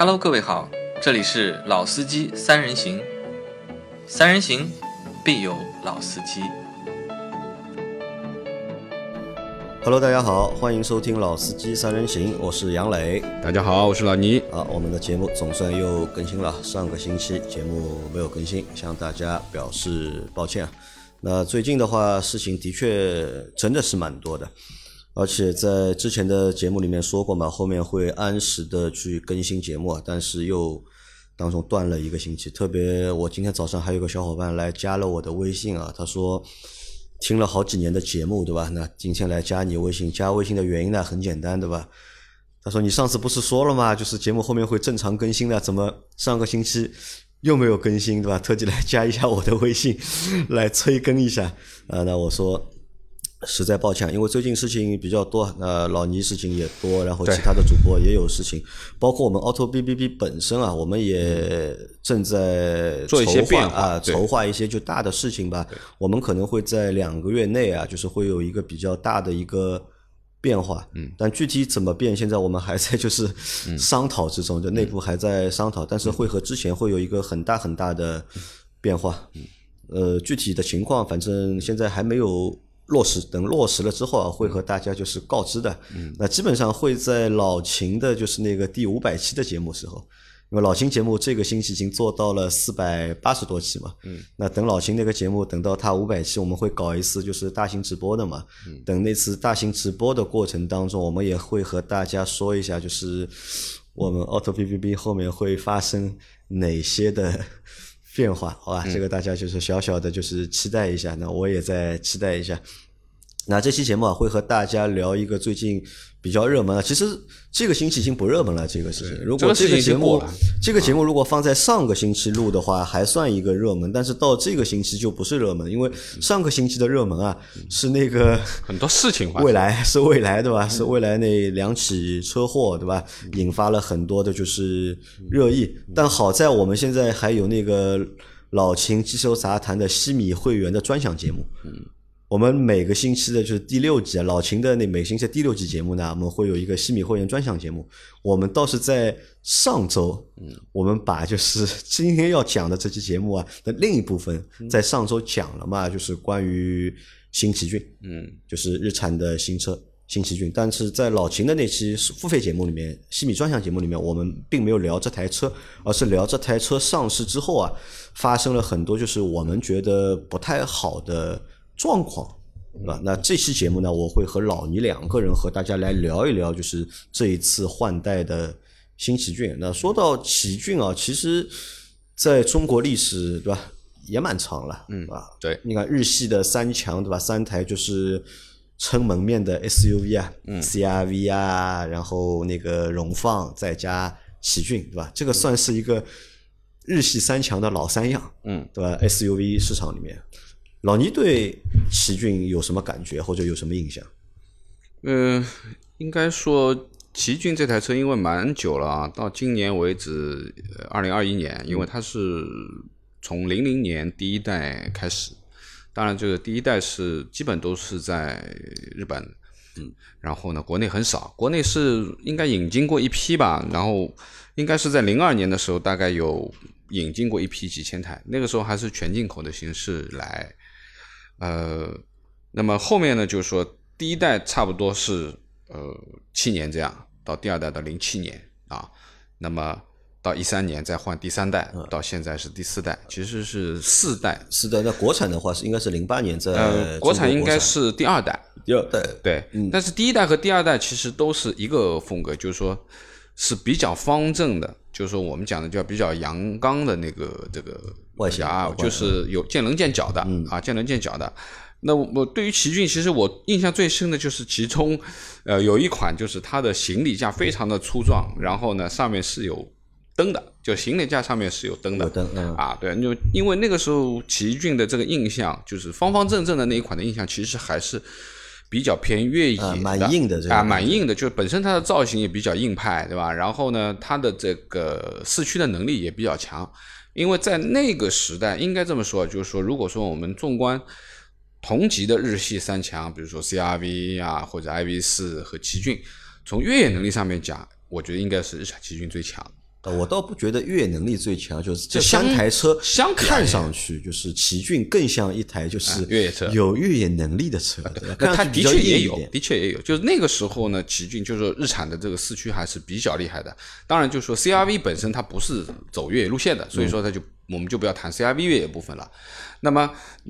Hello， 各位好，这里是老司机三人行，三人行必有老司机。 Hello， 大家好，欢迎收听老司机三人行，我是杨磊。 大家好，我是老倪。 我们的节目总算又更新了，上个星期节目没有更新，向大家表示抱歉。那最近的话，事情的确真的是蛮多的，而且在之前的节目里面说过嘛，后面会按时的去更新节目，但是又当中断了一个星期。特别我今天早上还有个小伙伴来加了我的微信啊，他说听了好几年的节目，对吧？那今天来加你微信，加微信的原因呢很简单，对吧？他说你上次不是说了吗？就是节目后面会正常更新的，怎么上个星期又没有更新，对吧？特地来加一下我的微信来催更一下。那我说实在抱歉，因为最近事情比较多，老倪事情也多，然后其他的主播也有事情，包括我们 AutoBBB 本身啊，我们也正在做一些变化筹划一些就大的事情吧。我们可能会在2个月内啊，就是会有一个比较大的一个变化。但具体怎么变，现在我们还在就是商讨之中，就内部还在商讨，但是会和之前会有一个很大很大的变化。具体的情况反正现在还没有落实，等落实了之后啊，会和大家就是告知的。那基本上会在老秦的就是那个第500期的节目时候，因为老秦节目这个星期已经做到了480多期嘛。那等老秦那个节目等到他500期，我们会搞一次就是大型直播的嘛。等那次大型直播的过程当中，我们也会和大家说一下，就是我们 AutoBBB 后面会发生哪些的变化，好吧？这个大家就是小小的就是期待一下，那我也在期待一下。那这期节目啊，会和大家聊一个最近比较热门其实这个星期已经不热门了，这个事情。如果这个节目如果放在上个星期录的话，还算一个热门，但是到这个星期就不是热门，因为上个星期的热门啊，是那个很多事情未来对吧？是未来那2起车祸，对吧？引发了很多的就是热议。但好在我们现在还有那个老秦机修杂谈的西米会员的专享节目。我们每个星期的就是第6集老秦的那每星期的第6集节目呢，我们会有一个西米会员专享节目。我们倒是在上周，我们把就是今天要讲的这期节目啊的另一部分，在上周讲了嘛，就是关于新奇骏，就是日产的新车新奇骏。但是在老秦的那期付费节目里面，西米专享节目里面，我们并没有聊这台车，而是聊这台车上市之后啊，发生了很多就是我们觉得不太好的状况，对吧？那这期节目呢，我会和老倪2个人和大家来聊一聊，就是这一次换代的新奇骏。那说到奇骏啊，其实在中国历史，对吧，也蛮长了， 对， 你看日系的3强，对吧？3台就是撑门面的 SUV 啊，CR-V 啊，然后那个荣放再加奇骏，对吧？这个算是一个日系3强的老3样，对吧 ？SUV 市场里面。老倪对奇骏有什么感觉或者有什么印象？ 应该说奇骏这台车因为蛮久了啊，到今年为止，2021年，因为它是从00年第一代开始，当然这个第一代是基本都是在日本，然后呢国内很少，国内是应该引进过一批吧，然后应该是在02年的时候大概有引进过一批几千台，那个时候还是全进口的形式来。那么后面呢，就是说第一代差不多是7年这样，到第2代到07年啊，那么到13年再换第3代，到现在是第4代，其实是4代。 那国产的话是应该是08年在国产应该是第2代，对，但是第1代和第2代其实都是一个风格，就是说是比较方正的，就是说我们讲的叫比较阳刚的那个这个外形啊， 就是有见棱见角的见棱见角的。那我对于奇骏，其实我印象最深的就是其中有一款就是它的行李架非常的粗壮，然后呢上面是有灯的，就行李架上面是有灯的，对，就因为那个时候奇骏的这个印象就是方方正正的那一款的印象，其实还是比较偏越野的， 蛮硬的蛮硬的，就本身它的造型也比较硬派，对吧？然后呢，它的这个四驱的能力也比较强，因为在那个时代，应该这么说，就是说，如果说我们纵观同级的日系3强，比如说 CR-V 啊，或者 IB4和奇骏，从越野能力上面讲，我觉得应该是日产奇骏最强我倒不觉得越野能力最强，就是这3台车看上去就是奇骏更像一台就是越野车， 有越野能力的车。 它的确也有，的确也有。就是那个时候呢，奇骏就是说日产的这个四驱还是比较厉害的。当然，就是说 CRV 本身它不是走越野路线的，所以说我们就不要谈 CRV 越野部分了。那么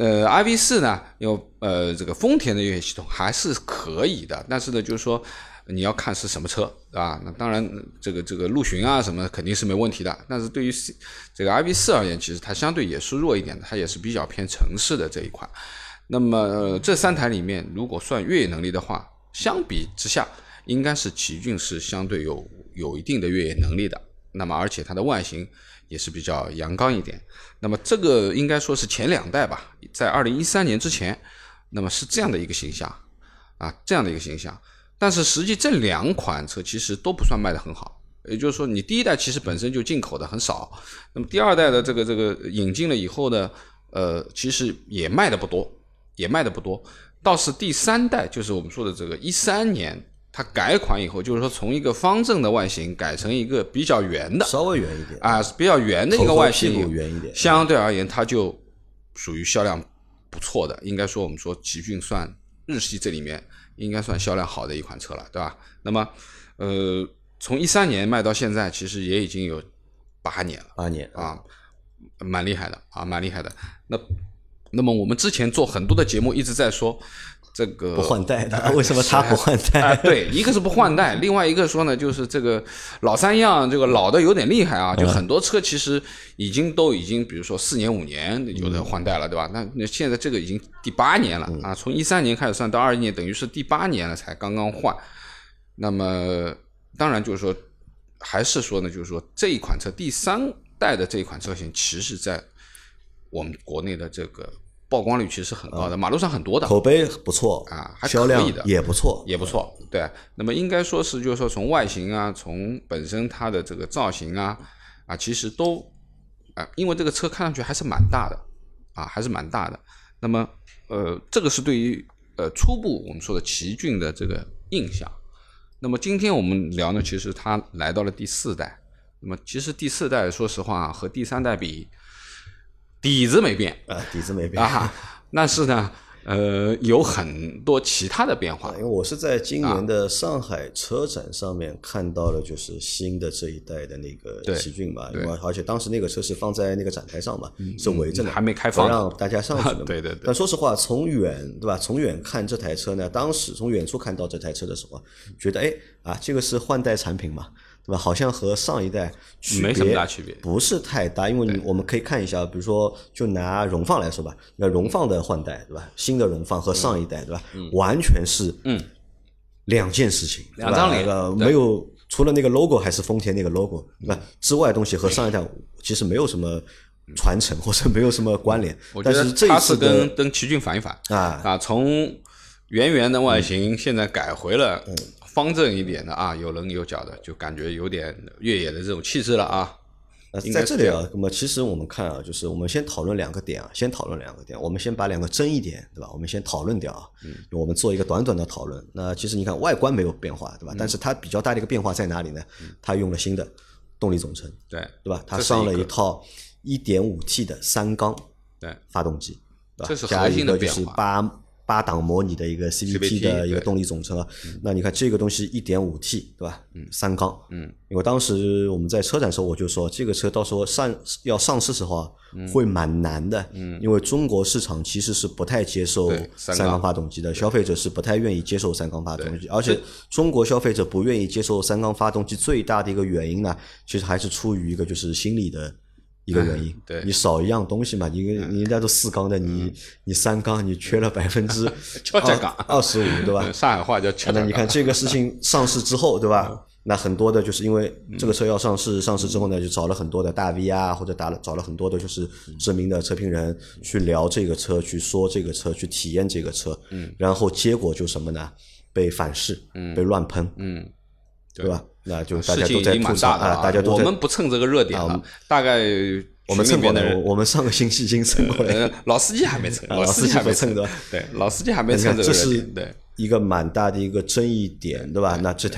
RV4 呢，有这个丰田的越野系统还是可以的，但是呢，就是说。你要看是什么车啊？那当然，这个陆巡啊什么肯定是没问题的。但是对于这个 RV4 而言，其实它相对也是弱一点的，它也是比较偏城市的这一款。那么这3台里面，如果算越野能力的话，相比之下，应该是奇骏是相对有一定的越野能力的。那么而且它的外形也是比较阳刚一点。那么这个应该说是前2代吧，在2013年之前，那么是这样的一个形象啊，这样的一个形象。但是实际这2款车其实都不算卖得很好，也就是说你第1代其实本身就进口的很少，那么第2代的这个引进了以后呢，其实也卖的不多，倒是第3代就是我们说的这个13年它改款以后，就是说从一个方正的外形改成一个比较圆的， 稍微圆一点啊，比较圆的一个外形， 头和屁股圆一点， 相对而言它就属于销量不错的，应该说我们说奇骏算日系这里面应该算销量好的一款车了，对吧？那么，从13年卖到现在，其实也已经有8年了 ，8年啊，蛮厉害的啊，蛮厉害的。那么我们之前做很多的节目一直在说这个不换代的，为什么他不换代？ 对，一个是不换代，另外一个说呢，就是这个老三样，这个老的有点厉害啊，就很多车其实已经，比如说4年5年有的换代了，对吧？那现在这个已经第8年了啊，从13年开始算到21年，等于是第8年了才刚刚换。那么当然就是说，还是说呢，就是说这一款车第3代的这一款车型，其实在我们国内的这个曝光率其实是很高的，马路上很多的， 口碑不错啊，还销量也不错， 对。那么应该说是，就是说从外形啊，从本身它的这个造型啊，其实都因为这个车看上去还是蛮大的啊，还是蛮大的。那么这个是对于初步我们说的奇骏的这个印象。那么今天我们聊呢，其实它来到了第4代。那么其实第4代说实话和第3代比，底子没变底子没变啊，但是呢，有很多其他的变化。 因为我是在今年的上海车展上面看到了，就是新的这一代的那个奇骏嘛，而且当时那个车是放在那个展台上嘛，是围着的， 还没开放， 不让大家上去的嘛。 对。 但说实话，从远对吧？从远看这台车呢，当时从远处看到这台车的时候，觉得这个是换代产品嘛。对吧？好像和上一代没什么大区别， 不是太大。因为我们可以看一下，比如说就拿荣放来说吧，那荣放的换代对吧？新的荣放和上一代对吧？完全是2件事情， 两张脸， 没有除了那个 logo 还是丰田那个 logo 对吧？之外的东西和上一代其实没有什么传承或者没有什么关联。但是这一次跟奇骏反一反从圆的外形现在改回了方正一点的有棱有角的，就感觉有点越野的这种气质了啊。 在这里那么其实我们看就是我们先讨论2个点我们先把2个争议点对吧？我们先讨论掉我们做一个短短的讨论。那其实你看外观没有变化对吧？但是它比较大的一个变化在哪里呢？它用了新的动力总成，对吧？它上了一套 1.5T 的3缸发动机，对吧？ 这是核心的变化， 加一个就是8档模拟的一个 CVT 的一个动力总成那你看这个东西 1.5T 对吧？3缸因为当时我们在车展的时候我就说这个车到时候要上市时候会蛮难的因为中国市场其实是不太接受3缸发动机的，消费者是不太愿意接受3缸发动机，而且中国消费者不愿意接受3缸发动机最大的一个原因呢，其实还是出于一个就是心理的一个原因，你少一样东西嘛，你人家都4缸的，你3缸你缺了25%对吧？ 上海话叫缺。 那你看这个事情上市之后对吧？那很多的就是因为这个车要上市之后呢，就找了很多的大 V 或者找了很多的就是知名的车评人去聊这个车，去说这个车，去体验这个车，然后结果就什么呢？被反噬，被乱喷，对吧？那就大家都在吐槽大家都在。 我们不蹭这个热点了，大概我们蹭过的，我们上个星期已经蹭过了。 老司机还没蹭， 老司机还没蹭的， 对，老司机还没蹭这个热点，对， 一个蛮大的一个争议点，对吧？那这台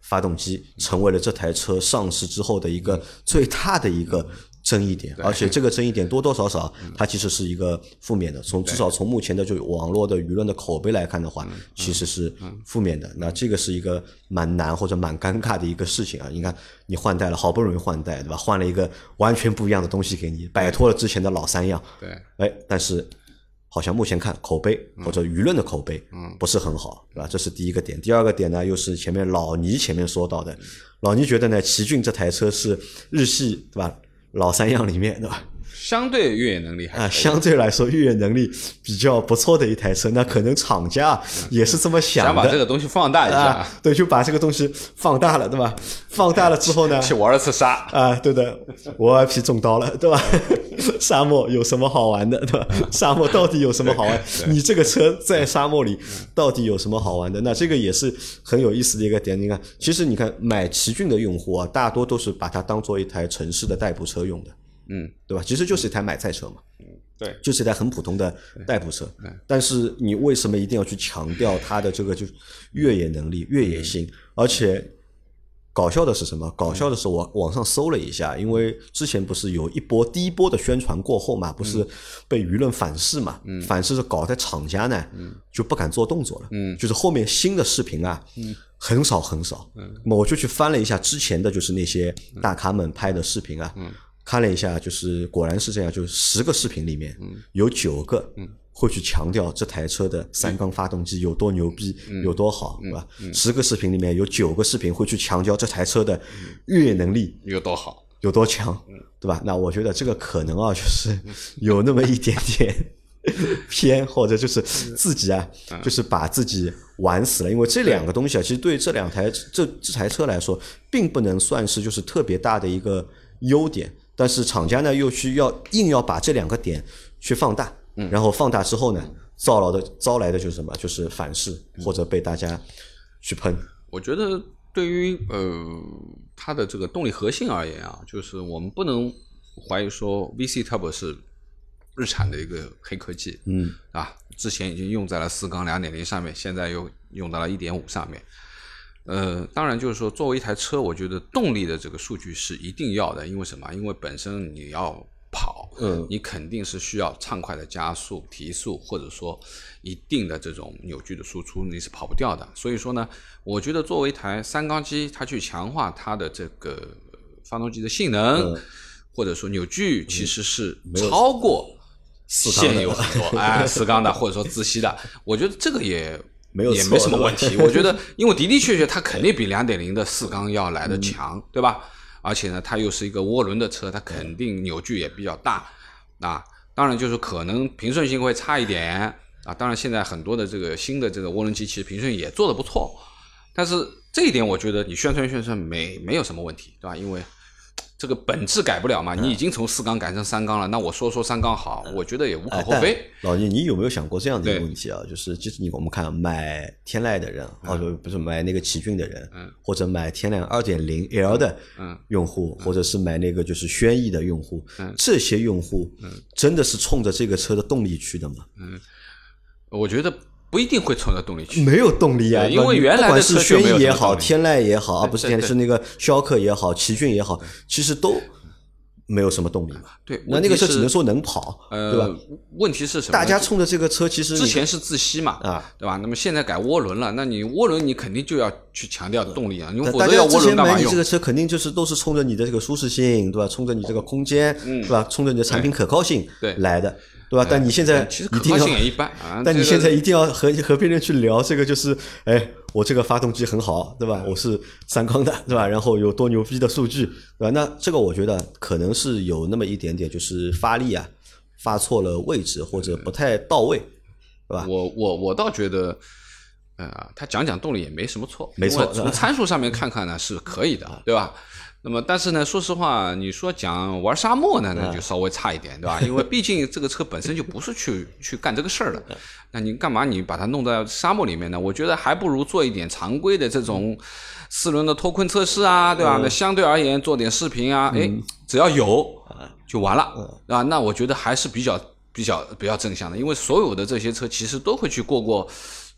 发动机成为了这台车上市之后的一个最大的一个争议点，而且这个争议点多多少少它其实是一个负面的，至少从目前的就网络的舆论的口碑来看的话，其实是负面的。那这个是一个蛮难或者蛮尴尬的一个事情啊。你看你换代了，好不容易换代，对吧？换了一个完全不一样的东西给你，摆脱了之前的老三样。 对， 但是好像目前看口碑或者舆论的口碑不是很好，对吧？这是第一个点。第二个点呢，又是前面老倪前面说到的，老倪觉得呢，奇骏这台车是日系，对吧？老三样里面，对吧？ 相对越野能力还相对来说越野能力比较不错的一台车，那可能厂家也是这么想的， 想把这个东西放大一下， 对，就把这个东西放大了，对吧？放大了之后呢， 去玩了次沙对的，我皮中刀了，对吧？沙漠有什么好玩的，对吧？沙漠到底有什么好玩？你这个车在沙漠里到底有什么好玩的？那这个也是很有意思的一个点。你看，其实你看买奇骏的用户啊，大多都是把它当做一台城市的代步车用的。对吧？其实就是一台买菜车嘛， 对， 就是一台很普通的代步车。但是你为什么一定要去强调它的这个就是越野能力、越野性？而且搞笑的是什么？搞笑的是我网上搜了一下，因为之前不是有第一波的宣传过后嘛，不是被舆论反噬嘛？反噬是搞的厂家呢就不敢做动作了。就是后面新的视频啊，很少很少。那么我就去翻了一下之前的就是那些大咖们拍的视频啊。看了一下，就是果然是这样，就是10个视频里面有9个会去强调这台车的3缸发动机有多牛逼，有多好，对吧？10个视频里面有9个视频会去强调这台车的越野能力有多好， 有多强，对吧？那我觉得这个可能啊，就是有那么一点点偏，或者就是自己啊，就是把自己玩死了。因为这两个东西啊，其实对这台车来说，并不能算是就是特别大的一个优点。但是厂家呢又硬要把这2个点去放大，然后放大之后呢，招来的就是什么？就是反噬或者被大家去喷。 我觉得对于它的这个动力核心而言啊，就是我们不能怀疑说 VC Turbo 是日产的一个黑科技，之前已经用在了4缸 2.0 上面，现在又用到了 1.5 上面。当然就是说作为一台车，我觉得动力的这个数据是一定要的，因为什么？因为本身你要跑，你肯定是需要畅快的加速、提速，或者说一定的这种扭矩的输出，你是跑不掉的。所以说呢，我觉得作为一台3缸机，它去强化它的这个发动机的性能，或者说扭矩，其实是超过现有很多4缸的或者说自吸的，我觉得这个也没什么问题。我觉得因为的确它肯定比 2.0 的4缸要来的强，对吧？而且呢它又是一个涡轮的车，它肯定扭矩也比较大当然就是可能平顺性会差一点当然现在很多的这个新的这个涡轮机其实平顺也做得不错，但是这一点我觉得你宣传没有什么问题，对吧？因为这个本质改不了嘛，你已经从4缸改成3缸了，那我说3缸好，我觉得也无可厚非。 老聂，你有没有想过这样的一个问题啊？就是我们看买天籁的人，或者不是买那个奇骏的人，或者买天籁 2.0L 的用户，或者是买那个就是轩逸的用户，这些用户真的是冲着这个车的动力去的吗？ 我觉得不一定会冲着动力去， 没有动力啊！ 因为原来的车不管是轩逸也好，天籁也好不是天籁，是那个逍客也好，奇骏也好，其实都没有什么动力嘛。 对， 那个车只能说能跑，对吧？ 问题是什么？ 大家冲着这个车，其实之前是自吸嘛，对吧？那么现在改涡轮了，那你涡轮你肯定就要去强调动力因为否则要涡轮干嘛用？大家之前买你这个车肯定都是冲着你的这个舒适性，对吧？冲着你这个空间，对吧？冲着你的产品可靠性来的。对吧？但你现在其实可靠性也一般但你现在一定要和别人去聊这个，就是我这个发动机很好，对吧？我是3缸的，对吧？然后有多牛逼的数据，对吧？那这个我觉得可能是有那么一点点，就是发力发错了位置或者不太到位，对吧？ 我倒觉得，他讲动力也没什么错， 没错， 从参数上面看看呢是可以的，对吧？那么但是呢说实话，你说讲玩沙漠呢那就稍微差一点，对吧？因为毕竟这个车本身就不是去干这个事儿的，那你干嘛你把它弄在沙漠里面呢？我觉得还不如做一点常规的这种4轮的脱困测试对吧？那相对而言做点视频只要有就完了那我觉得还是比较正向的，因为所有的这些车其实都会去过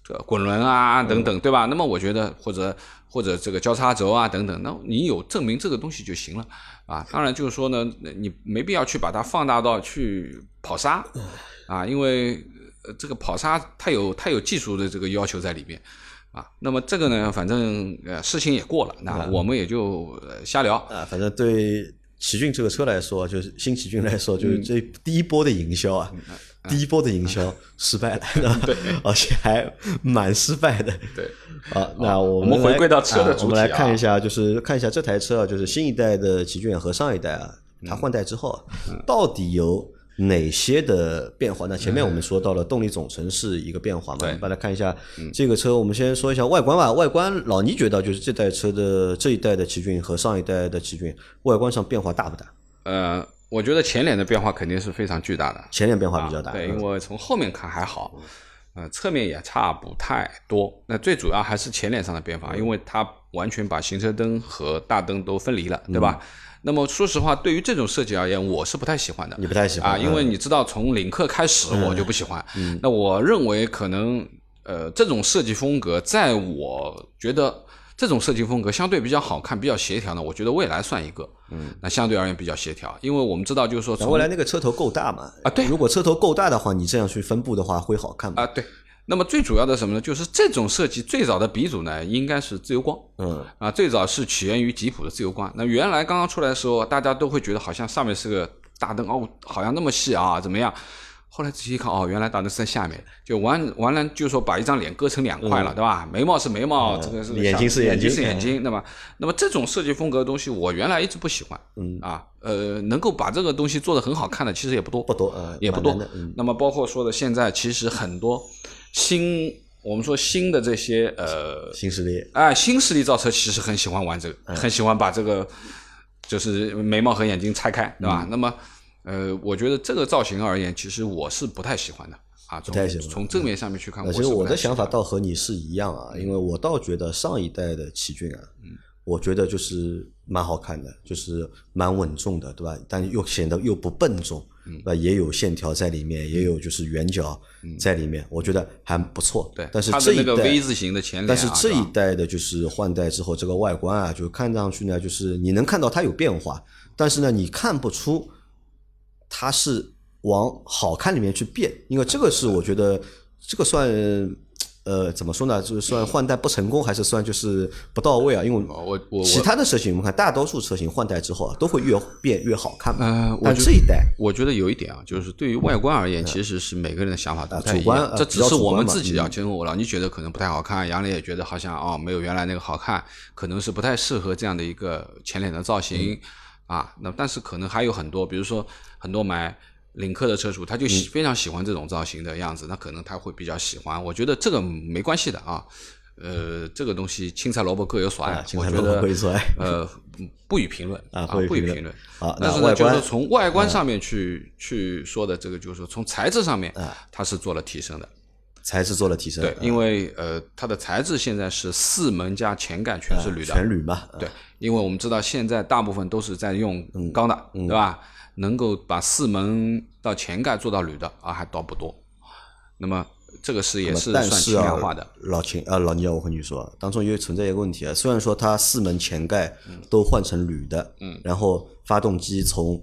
滚轮啊等等，对吧？那么我觉得或者这个交叉轴啊等等，那你有证明这个东西就行了啊。当然就是说呢，你没必要去把它放大到去跑沙啊，因为这个跑沙它有技术的这个要求在里面啊。那么这个呢，反正事情也过了，那我们也就瞎聊啊。反正对奇骏这个车来说，就是新奇骏来说，就是这第一波的营销啊。第一波的营销失败了，对，而且还蛮失败的。 对， 好，那我们回归到车的主题我们来看一下，就是看一下这台车啊，就是新一代的奇骏和上一代啊，它换代之后到底有哪些的变化？那前面我们说到了动力总成是一个变化嘛，我们来看一下这个车。我们先说一下外观吧。外观老倪觉得就是这代车的这一代的奇骏和上一代的奇骏外观上变化大不大？ 我觉得前脸的变化肯定是非常巨大的， 前脸变化比较大， 对，因为从后面看还好，侧面也差不太多。那最主要还是前脸上的变化，因为它完全把行车灯和大灯都分离了，对吧？那么说实话，对于这种设计而言，我是不太喜欢的。 你不太喜欢啊？因为你知道，从领克开始我就不喜欢。那我认为可能这种设计风格，在我觉得这种设计风格相对比较好看、比较协调呢，我觉得蔚来算一个。那相对而言比较协调，因为我们知道就是说， 蔚来那个车头够大嘛？ 啊，对， 如果车头够大的话，你这样去分布的话会好看吗？ 啊，对。那么最主要的什么呢？就是这种设计最早的鼻祖呢，应该是自由光。最早是起源于吉普的自由光。那原来刚刚出来的时候，大家都会觉得好像上面是个大灯哦，好像那么细啊，怎么样？后来仔细一看，哦，原来大灯是在下面，就完了，就是说把一张脸割成两块了，对吧？眉毛是眉毛，这个是眼睛是眼睛是眼睛，对吧？那么这种设计风格的东西，我原来一直不喜欢。能够把这个东西做得很好看的，其实也不多，也不多。那么包括说的现在，其实很多我们说新的这些新势力， 新势力造车其实很喜欢玩这个，很喜欢把这个就是眉毛和眼睛拆开，对吧？那么我觉得这个造型而言，其实我是不太喜欢的啊。 不太喜欢。 从正面上面去看， 其实我的想法倒和你是一样啊，因为我倒觉得上一代的奇骏啊，我觉得就是蛮好看的，就是蛮稳重的，对吧？但又显得又不笨重，对吧？也有线条在里面，也有就是圆角在里面，我觉得还不错。 对， 但是这一代那个 V 字形的前脸， 但是这一代的就是换代之后，这个外观啊，就看上去呢，就是你能看到它有变化，但是呢，你看不出它是往好看里面去变，因为这个是我觉得这个算怎么说呢？就是算换代不成功，还是算就是不到位啊？因为我其他的车型，我们看大多数车型换代之后啊，都会越变越好看嘛。但这一代， 我觉得有一点啊，就是对于外观而言，其实是每个人的想法不太一样。这只是我们自己要经过了，你觉得可能不太好看，杨磊也觉得好像没有原来那个好看，可能是不太适合这样的一个前脸的造型啊。那但是可能还有很多，比如说很多买领克的车主他就非常喜欢这种造型的样子，那可能他会比较喜欢。我觉得这个没关系的啊，这个东西青菜萝卜各有所爱，我觉得不予评论啊，不予评论。但是呢，就是从外观上面去说的这个，就是说从材质上面，它是做了提升的。 材质做了提升， 对，因为它的材质现在是4门加前盖全是铝的， 全铝嘛。 对，因为我们知道现在大部分都是在用钢的，对吧？能够把4门到前盖做到铝的还倒不多。那么这个也是算轻量化的。 老倪我和你说，当中也存在一个问题啊。虽然说它4门前盖都换成铝的，然后发动机从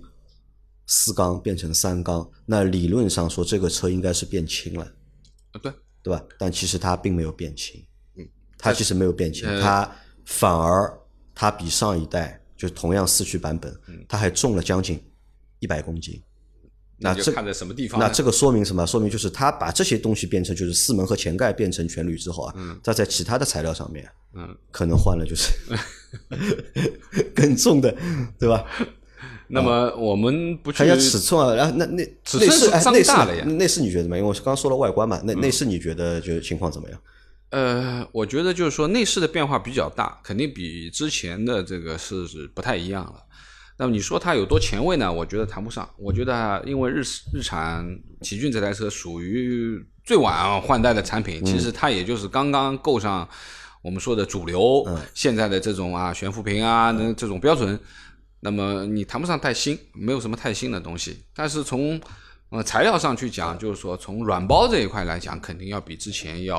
4缸变成3缸，那理论上说这个车应该是变轻了，对吧？但其实它并没有变轻，它其实没有变轻，它反而它比上一代就同样4驱版本，它还重了将近100公斤。 那就看在什么地方？ 那这个说明什么？说明就是他把这些东西变成就是4门和前盖变成全铝之后啊，他在其他的材料上面，可能换了就是更重的，对吧？ 那么我们不去看一下尺寸啊，然后那尺寸是张大了呀。 内饰你觉得怎么样？因为我刚刚说了外观嘛，内饰你觉得就情况怎么样？ 我觉得就是说内饰的变化比较大，肯定比之前的这个是不太一样了。那么你说它有多前卫呢？我觉得谈不上。我觉得因为日产奇骏这台车属于最晚换代的产品，其实它也就是刚刚够上我们说的主流，现在的这种悬浮屏这种标准。那么你谈不上太新，没有什么太新的东西。但是从材料上去讲，就是说从软包这一块来讲，肯定要比之前要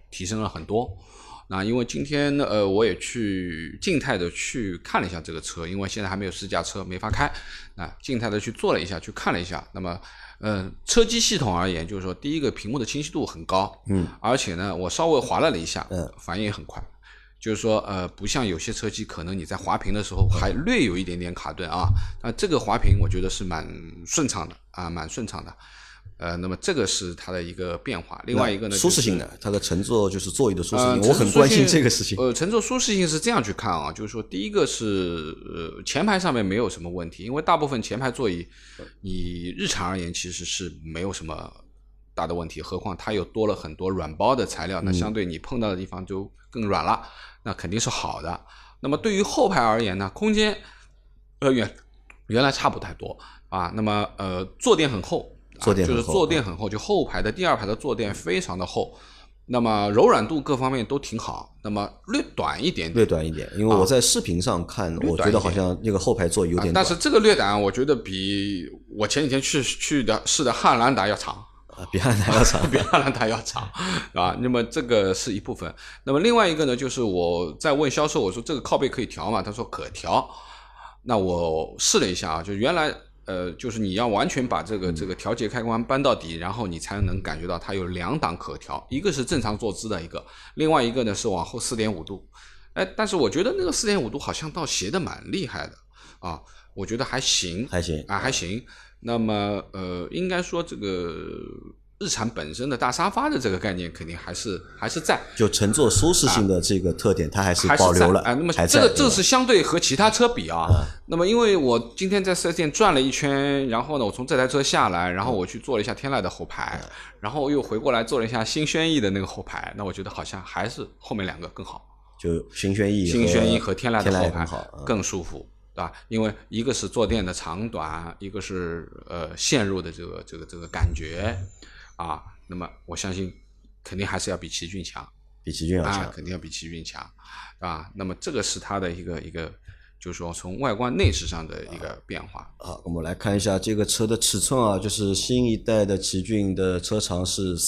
提升了很多。那因为今天呢，我也去静态的去看了一下这个车，因为现在还没有试驾车，没法开。那静态的去做了一下，去看了一下。那么，车机系统而言，就是说，第一个屏幕的清晰度很高，而且呢，我稍微划拉了一下，反应也很快。就是说，不像有些车机，可能你在滑屏的时候还略有一点点卡顿啊。这个滑屏我觉得是蛮顺畅的啊，蛮顺畅的。那么这个是它的一个变化。另外一个呢， 舒适性的，它的乘坐就是座椅的舒适性，我很关心这个事情。 乘坐舒适性是这样去看啊，就是说，第一个是前排上面没有什么问题，因为大部分前排座椅，你日常而言其实是没有什么大的问题，何况它又多了很多软包的材料，那相对你碰到的地方就更软了，那肯定是好的。那么对于后排而言呢，空间原来差不太多啊。那么坐垫很厚。就是坐垫很厚，就后排的第二排的坐垫非常的厚，那么柔软度各方面都挺好，那么略短一点， 因为我在视频上看，我觉得好像那个后排座椅有点短， 但是这个略短，我觉得比我前几天去的试的汉兰达要长。 比汉兰达要长， 比汉兰达要长啊。那么这个是一部分。那么另外一个呢，就是我在问销售，我说这个靠背可以调吗？他说可调。那我试了一下啊，就原来就是你要完全把这个调节开关扳到底，然后你才能感觉到它有2档可调，一个是正常坐姿的一个，另外一个呢是往后 4.5 度。但是我觉得那个 4.5 度好像倒斜的蛮厉害的啊，我觉得还行。那么应该说这个日产本身的大沙发的这个概念肯定还是在， 就乘坐舒适性的这个特点它还是保留了。 那么这是相对和其他车比啊。那么因为我今天在4S店转了一圈，然后呢我从这台车下来，然后我去坐了一下天籁的后排，然后又回过来坐了一下新轩逸的那个后排，那我觉得好像还是后面2个更好， 就新轩逸和天籁的后排更舒服，对吧？因为一个是坐垫的长短，一个是陷入的这个感觉啊。那么我相信肯定还是要比奇骏强，肯定要比奇骏强啊。那么这个是它的一个就是说从外观内饰上的一个变化。 我们来看一下这个车的尺寸啊，就是新一代的奇骏的车长是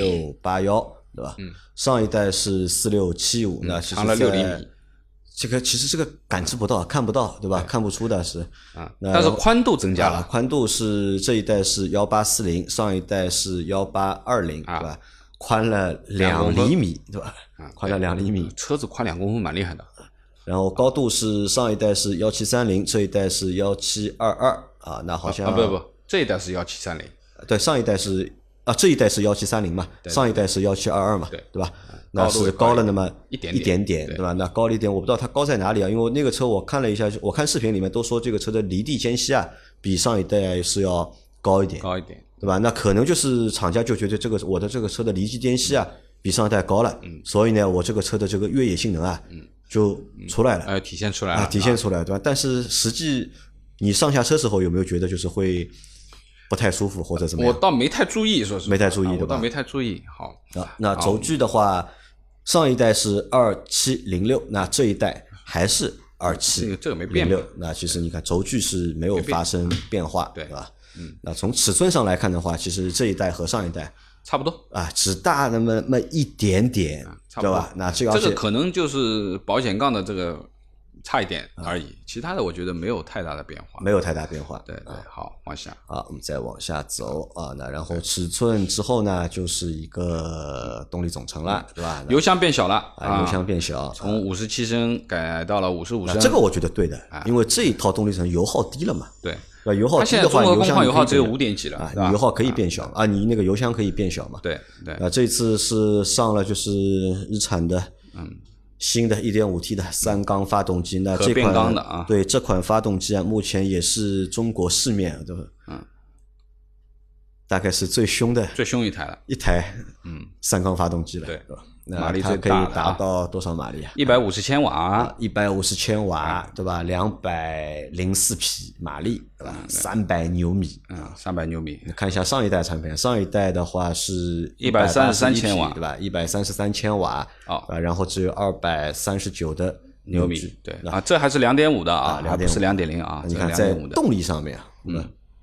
4681，对吧？上一代是4675，那其实长了6厘米。 其实这个感知不到，看不到，对吧？看不出的是但是宽度增加了， 宽度是这一代是1840，上一代是1820，对吧？宽了2厘米，对吧？宽了2厘米， 车子宽2公分蛮厉害的。 然后高度是上一代是1730，这一代是1722啊，那好像不，这一代是1730， 对，上一代是这一代是1730嘛，上一代是1722嘛，对吧？那是高了那么一点点，对吧？那高了一点，我不知道它高在哪里啊，因为那个车我看了一下，我看视频里面都说这个车的离地间隙啊，比上一代是要高一点，对吧？那可能就是厂家就觉得我的这个车的离地间隙啊比上一代高了，所以呢，我这个车的这个越野性能啊就出来了， 体现出来了， 对吧？但是实际你上下车时候有没有觉得就是会不太舒服或者怎么样？ 我倒没太注意，说实话， 对吧？ 我倒没太注意。好， 那轴距的话，上一代是2706，那这一代还是2706， 这个没变。 那其实你看轴距是没有发生变化，对吧？那从尺寸上来看的话，其实这一代和上一代差不多只大那么一点点，对吧？那这个可能就是保险杠的这个差一点而已，其他的我觉得没有太大的变化，对，好，往下我们再往下走那然后尺寸之后呢，就是一个动力总成了，对吧？ 油箱变小了油箱变小， 从57升改到了55升， 这个我觉得对的，因为这一套动力总成油耗低了嘛， 对， 油耗低的话， 油耗只有5.几了， 油耗可以变小你那个油箱可以变小嘛， 对， 这次是上了就是日产的新的 1.5T 的3缸发动机，那这款对这款发动机目前也是中国市面对吧？大概是最凶一台3缸发动机了， 对吧？马力最大的可以达到多少马力啊 ？150千瓦 ，150千瓦，对吧？204匹马力，对吧？300牛米 ，300牛米。 你看一下上一代产品，上一代的话是 133千瓦， 对吧？133千瓦，然后只有239的牛米，对这还是2.5的还不是2.0 你看在动力上面，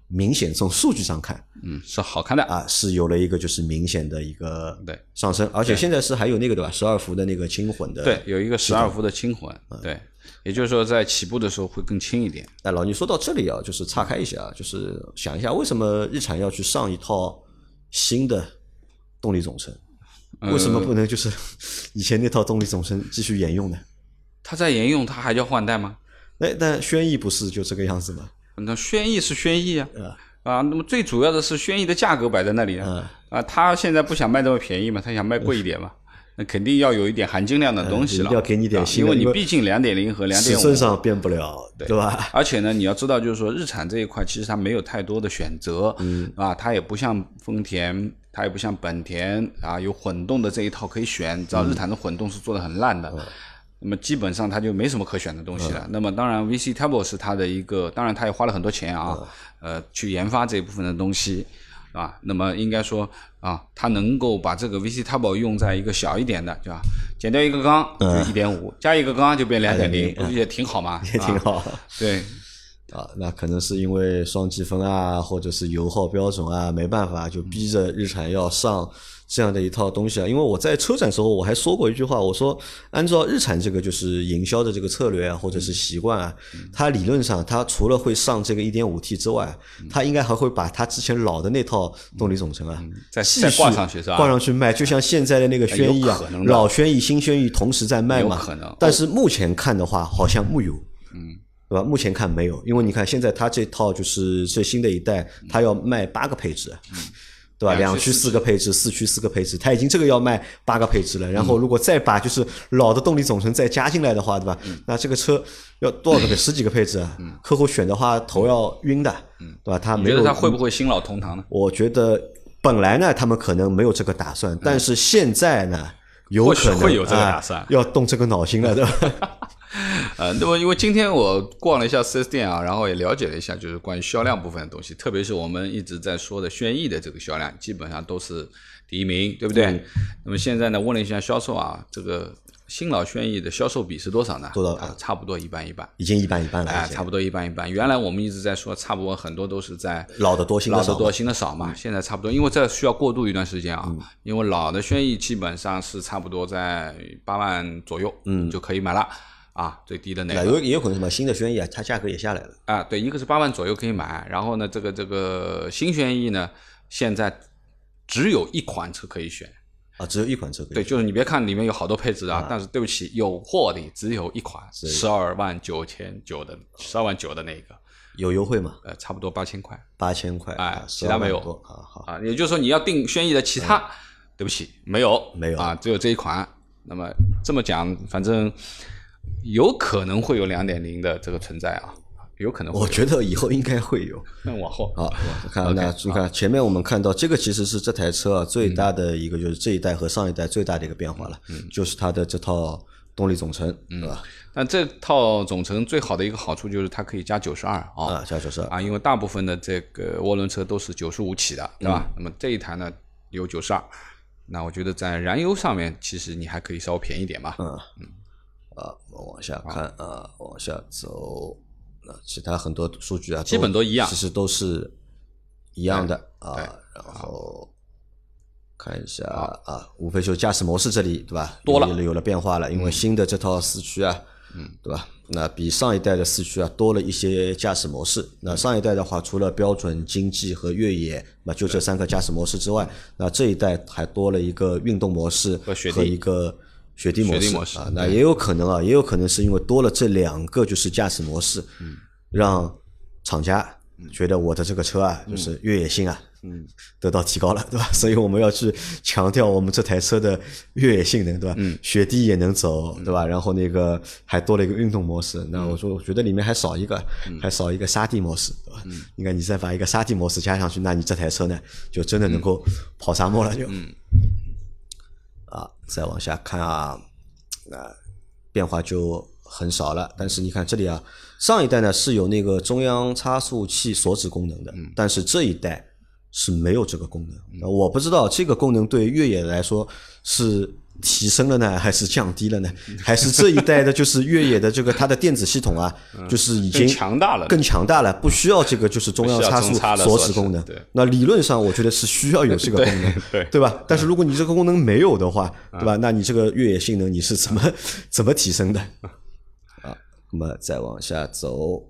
明显从数据上看， 是好看的啊，是有了一个就是明显的一个对上升，而且现在是还有那个对吧，12伏的那个轻混的， 对，有一个12伏的轻混，对，也就是说在起步的时候会更轻一点。 哎，老倪说到这里啊，就是岔开一下，就是想一下为什么日产要去上一套新的动力总成，为什么不能就是以前那套动力总成继续沿用呢？ 它在沿用，它还叫换代吗？ 哎，但轩逸不是就这个样子吗？ 那轩逸是轩逸啊，那么最主要的是轩逸的价格摆在那里啊，他现在不想卖这么便宜嘛，他想卖贵一点嘛，那肯定要有一点含金量的东西了， 一定要给你点新的，因为你毕竟 2.0 和 2.5 尺寸上变不了，对吧？ 而且呢，你要知道，就是说日产这一块其实它没有太多的选择，它也不像丰田，它也不像本田啊，有混动的这一套可以选，知道日产的混动是做的很烂的。那么基本上它就没什么可选的东西了。那么当然 VC Turbo 是它的一个，当然它也花了很多钱啊，去研发这一部分的东西啊。那么应该说啊，它能够把这个 VC Turbo 用在一个小一点的，对吧？减掉一个缸就 1.5，加一个缸就变 2.0， 不是也挺好吗？ 也挺好。 对。 那可能是因为双积分啊，或者是油耗标准啊，没办法，就逼着日产要上这样的一套东西啊。因为我在车展时候我还说过一句话，我说按照日产这个就是营销的这个策略啊，或者是习惯啊，它理论上它除了会上这个 1.5T 之外，它应该还会把它之前老的那套动力总成啊再挂上去是吧？ 挂上去卖，就像现在的那个轩逸啊，老轩逸、新轩逸同时在卖嘛。 有可能。 但是目前看的话，好像木有。对吧？目前看没有，因为你看现在它这套就是最新的一代，它要卖8个配置，对吧？2驱4个配置，4驱4个配置，它已经这个要卖8个配置了。然后如果再把就是老的动力总成再加进来的话，对吧？那这个车要多少个10几个配置啊？客户选的话头要晕的，对吧？他没有。 你觉得他会不会新老同堂呢？ 我觉得本来呢，他们可能没有这个打算，但是现在呢，有可能会有这个打算， 要动这个脑筋了，对吧？ 那么因为今天我逛了一下 4S 店啊，然后也了解了一下就是关于销量部分的东西，特别是我们一直在说的轩逸的这个销量基本上都是第一名，对不对？那么现在呢，问了一下销售啊，这个新老轩逸的销售比是多少呢？ 多少？ 差不多一半一半， 已经一半一半了。 差不多一半一半。原来我们一直在说，差不多很多都是在老的多新的少嘛。现在差不多，因为这需要过渡一段时间啊。因为老的轩逸基本上是差不多在8万左右，就可以买了。最低的那个也有可能什么新的轩逸啊，它价格也下来了啊。对，一个是8万左右可以买，然后呢，这个新轩逸呢，现在只有一款车可以选啊，只有一款车可以选。 对，就是你别看里面有好多配置啊，但是对不起，有货的只有一款，12万9千9的，12万9的那个。 有优惠吗？ 差不多8000块。 8000块， 其他没有。 好也就是说你要订轩逸的其他，对不起，没有啊， 只有这一款。那么这么讲，反正。有可能会有 2.0 的这个存在啊，有可能会有。 我觉得以后应该会有。 那往后那你看前面我们看到这个其实是这台车最大的一个就是这一代和上一代最大的一个变化了，就是它的这套动力总成，对吧？ 但这套总成最好的一个好处就是它可以加92 啊，加92 因为大部分的这个涡轮车都是95起的，对吧？那么这一台呢有92，那我觉得在燃油上面其实你还可以稍微便宜点吧。 往下看往下走，其他很多数据基本都一样， 其实都是一样的然后看一下无非就驾驶模式这里对吧， 多了有了变化了，因为新的这套4驱对吧？那比上一代的4驱多了一些驾驶模式。那上一代的话，除了标准、经济和越野，那就这3个驾驶模式之外，那这一代还多了一个运动模式和一个雪地模式那也有可能是因为多了这2个就是驾驶模式，让厂家觉得我的这个车就是越野性得到提高了，对吧？所以我们要去强调我们这台车的越野性能，对吧？雪地也能走，对吧？然后那个还多了一个运动模式。那我觉得里面还少一个沙地模式，对吧？应该你再把一个沙地模式加上去，那你这台车呢就真的能够跑沙漠了就。再往下看变化就很少了。但是你看这里上一代呢是有那个中央差速器锁止功能的，但是这一代是没有这个功能。我不知道这个功能对越野来说是提升了呢，还是降低了呢？还是这一代的就是越野的这个它的电子系统啊，就是已经更强大了，不需要这个就是中央差速锁止功能。那理论上我觉得是需要有这个功能，对吧？但是如果你这个功能没有的话，对吧？那你这个越野性能你是怎么提升的？啊，那么再往下走，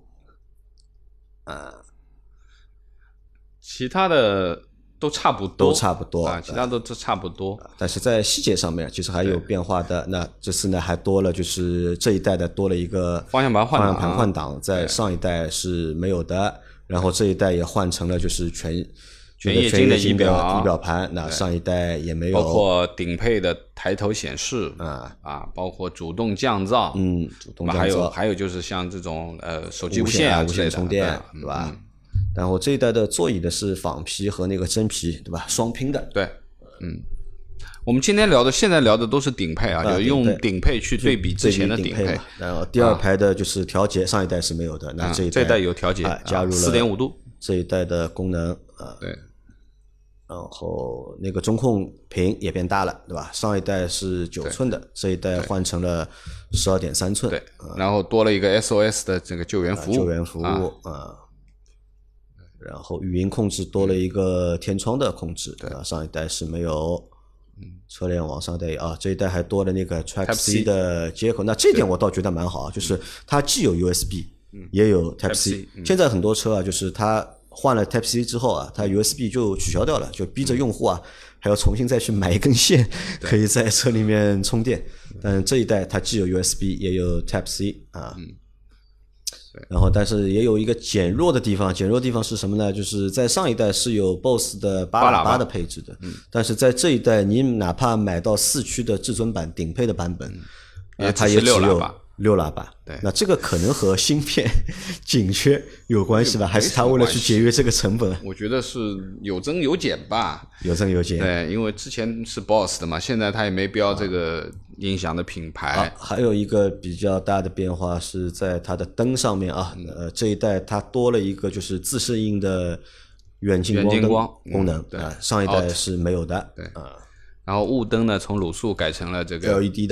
其他的都差不多啊，其他都差不多。 但是在细节上面其实还有变化的。那这次呢还多了，就是这一代的多了一个方向盘换挡，在上一代是没有的。然后这一代也换成了就是全液晶的仪表盘，那上一代也没有。 包括顶配的抬头显示包括主动降噪， 主动降噪， 还有就是像这种手机无线充电，对吧？然后这一代的座椅的是仿皮和那个真皮，对吧？双拼的。 对，我们现在聊的都是顶配啊，就用顶配去对比之前的顶配。 然后第二排的就是调节，上一代是没有的，那这一代有调节， 加入了 4.5 度这一代的功能对。 然后那个中控屏也变大了，对吧？上一代是9寸的，这一代换成了12.3寸。 对，然后多了一个 SOS 的这个救援服务。然后语音控制多了一个天窗的控制，上一代是没有。车联网上一代这一代还多了那个 Type C 的接口，那这点我倒觉得蛮好，就是它既有 USB 也有 Type C。现在很多车就是它换了 Type C 之后它 USB 就取消掉了，就逼着用户还要重新再去买一根线，可以在车里面充电。但这一代它既有 USB 也有 Type C 然后但是也有一个减弱的地方是什么呢？就是在上一代是有 BOSS 的8喇叭的配置的，但是在这一代你哪怕买到4驱的至尊版顶配的版本，它也只有6喇叭。对，那这个可能和芯片紧缺有关系吧？还是他为了去节约这个成本？ 我觉得是有增有减吧。 有增有减。 对，因为之前是 BOSS 的嘛，现在他也没标这个音响的品牌。 还有一个比较大的变化是在它的灯上面这一代它多了一个就是自适应的远近光功能，上一代是没有的。 对然后雾灯呢，从卤素改成了这个 LED 的。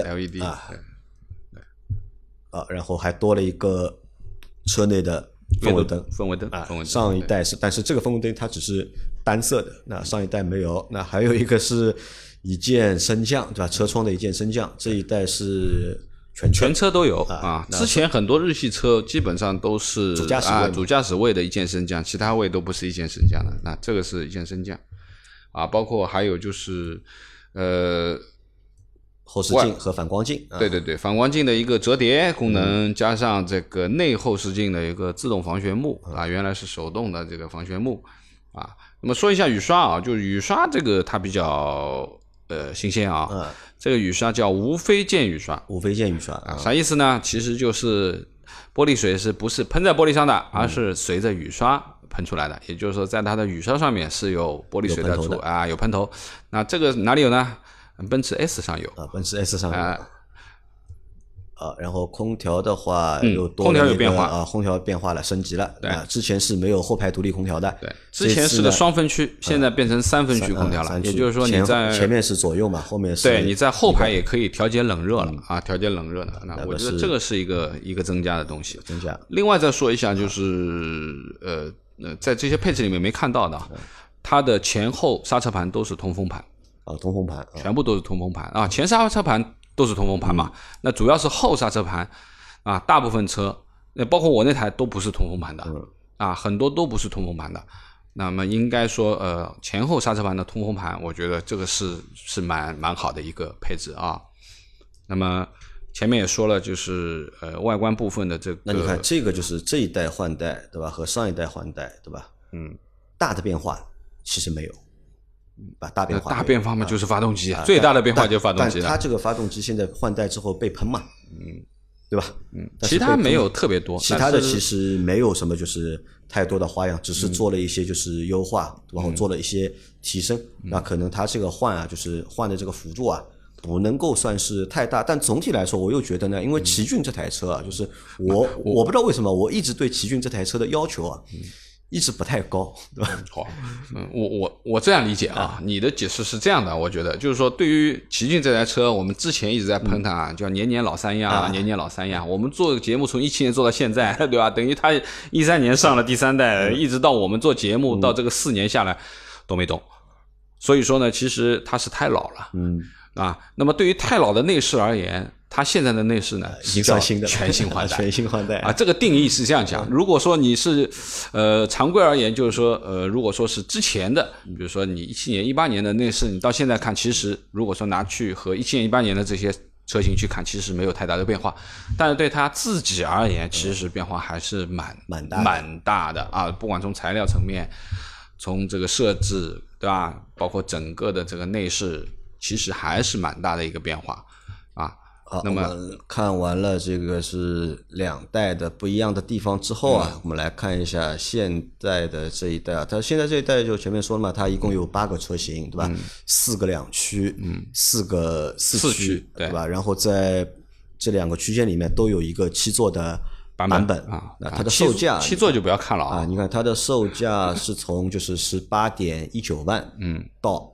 然后还多了一个车内的氛围灯上一代是，但是这个氛围灯它只是单色的，那上一代没有。那还有一个是一键升降，对吧？车窗的一键升降，这一代是全车都有之前很多日系车基本上都是主驾驶位的一键升降，其他位都不是一键升降的。那这个是一键升降包括还有就是后视镜和反光镜， 对，反光镜的一个折叠功能，加上这个内后视镜的一个自动防眩目原来是手动的这个防眩目那么说一下雨刷就是雨刷这个它比较新鲜这个雨刷叫无飞溅雨刷啥意思呢？其实就是玻璃水不是喷在玻璃上的，而是随着雨刷喷出来的，也就是说在它的雨刷上面是有玻璃水的有喷头。那这个哪里有呢？奔驰 S 上有奔驰 S 上有然后空调的话又多了空调有变化空调变化了，升级了。对之前是没有后排独立空调的， 对，之前是个双分区，现在变成3分区空调了。也就是说你在前面是左右嘛，后面是对，你在后排也可以调节冷热了调节冷热的。那我觉得这个是一个增加的东西。 增加。 另外再说一下，就是在这些配置里面没看到的，它的前后刹车盘都是通风盘。 通风盘全部都是通风盘前刹车盘都是通风盘嘛，那主要是后刹车盘大部分车包括我那台都不是通风盘的很多都不是通风盘的。那么应该说前后刹车盘的通风盘，我觉得这个是蛮好的一个配置那么前面也说了，就是外观部分的这个， 那你看这个就是这一代换代对吧，和上一代换代对吧？大的变化其实没有。大变化嘛，就是发动机最大的变化就是发动机了。但它这个发动机现在换代之后被喷嘛，对吧？ 其他没有特别多， 其他的其实没有什么就是太多的花样，只是做了一些就是优化，然后做了一些提升。那可能它这个换就是换的这个幅度不能够算是太大，但总体来说我又觉得呢，因为奇骏这台车就是我不知道为什么我一直对奇骏这台车的要求一直不太高，对吧？ 好，我这样理解啊，你的解释是这样的，我觉得就是说，对于奇骏这台车，我们之前一直在喷它，叫年年老三样，年年老三样。我们做节目从17年做到现在，对吧？等于它13年上了第3代，一直到我们做节目到这个4年下来都没动。所以说呢，其实它是太老了，那么对于太老的内饰而言，它现在的内饰呢， 已经算新的， 全新换代， 全新换代啊，这个定义是这样讲。如果说你是常规而言，就是说如果说是之前的，比如说你17年、18年的内饰，你到现在看，其实如果说拿去和17年、18年的这些车型去看，其实没有太大的变化。但是对它自己而言，其实变化还是蛮大的啊，不管从材料层面，从这个设置，对吧？包括整个的这个内饰，其实还是蛮大的一个变化啊。 好， 那么我们看完了这个是2代的不一样的地方之后啊，我们来看一下现在的这一代啊。它现在这一代就前面说了嘛，它一共有8个车型，对吧？4个2驱，4个4驱，对吧？然后在这2个区间里面都有一个7座的版本啊。 那它的售价 7座就不要看了啊。 你看它的售价是从就是18.19万，到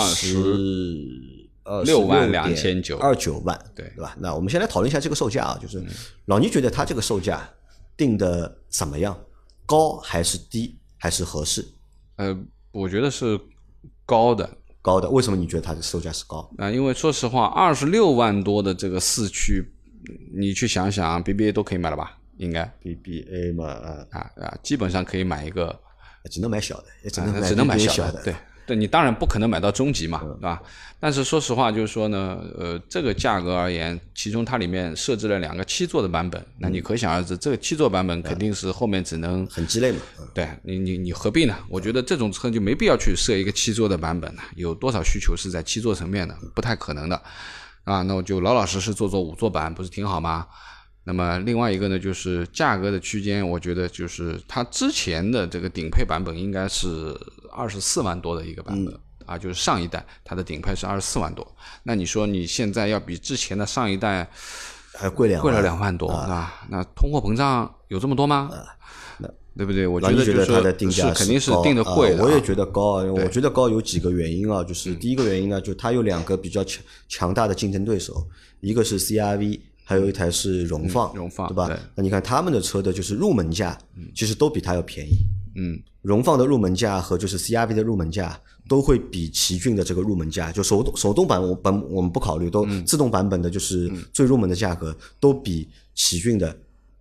26.29万，对吧？那我们先来讨论一下这个售价啊，就是老倪觉得他这个售价定的怎么样？高还是低还是合适？ 我觉得是高的。 为什么你觉得它的售价是高？ 因为说实话，26万多的这个4驱，你去想想 ，BBA 都可以买了吧？应该 BBA 嘛基本上可以买一个， 只能买小的，也只能买小的， 对，你当然不可能买到中级嘛，对吧？但是说实话，就是说呢，这个价格而言，其中它里面设置了2个7座的版本，那你可想而知，这个7座版本肯定是后面只能很鸡肋嘛。 对你何必呢？我觉得这种车就没必要去设一个7座的版本了，有多少需求是在7座层面的，不太可能的啊。那我就老实实做5座版，不是挺好吗？那么另外一个呢，就是价格的区间，我觉得就是它之前的这个顶配版本应该是24万多的一个版本啊，就是上一代它的顶配是24万多。那你说你现在要比之前的上一代还贵了 2万多啊？那通货膨胀有这么多吗？对不对？我觉得它的定价肯定是定的贵的。 我也觉得高，我觉得高有几个原因啊，就是第一个原因呢，就它有2个比较强大的竞争对手，一个是 CR-V。还有一台是荣放，对吧？那你看他们的车的就是入门价，其实都比它要便宜。荣放的入门价和就是 CR-V 的入门价都会比奇骏的这个入门价，就手动版我们不考虑，都自动版本的就是最入门的价格都比奇骏的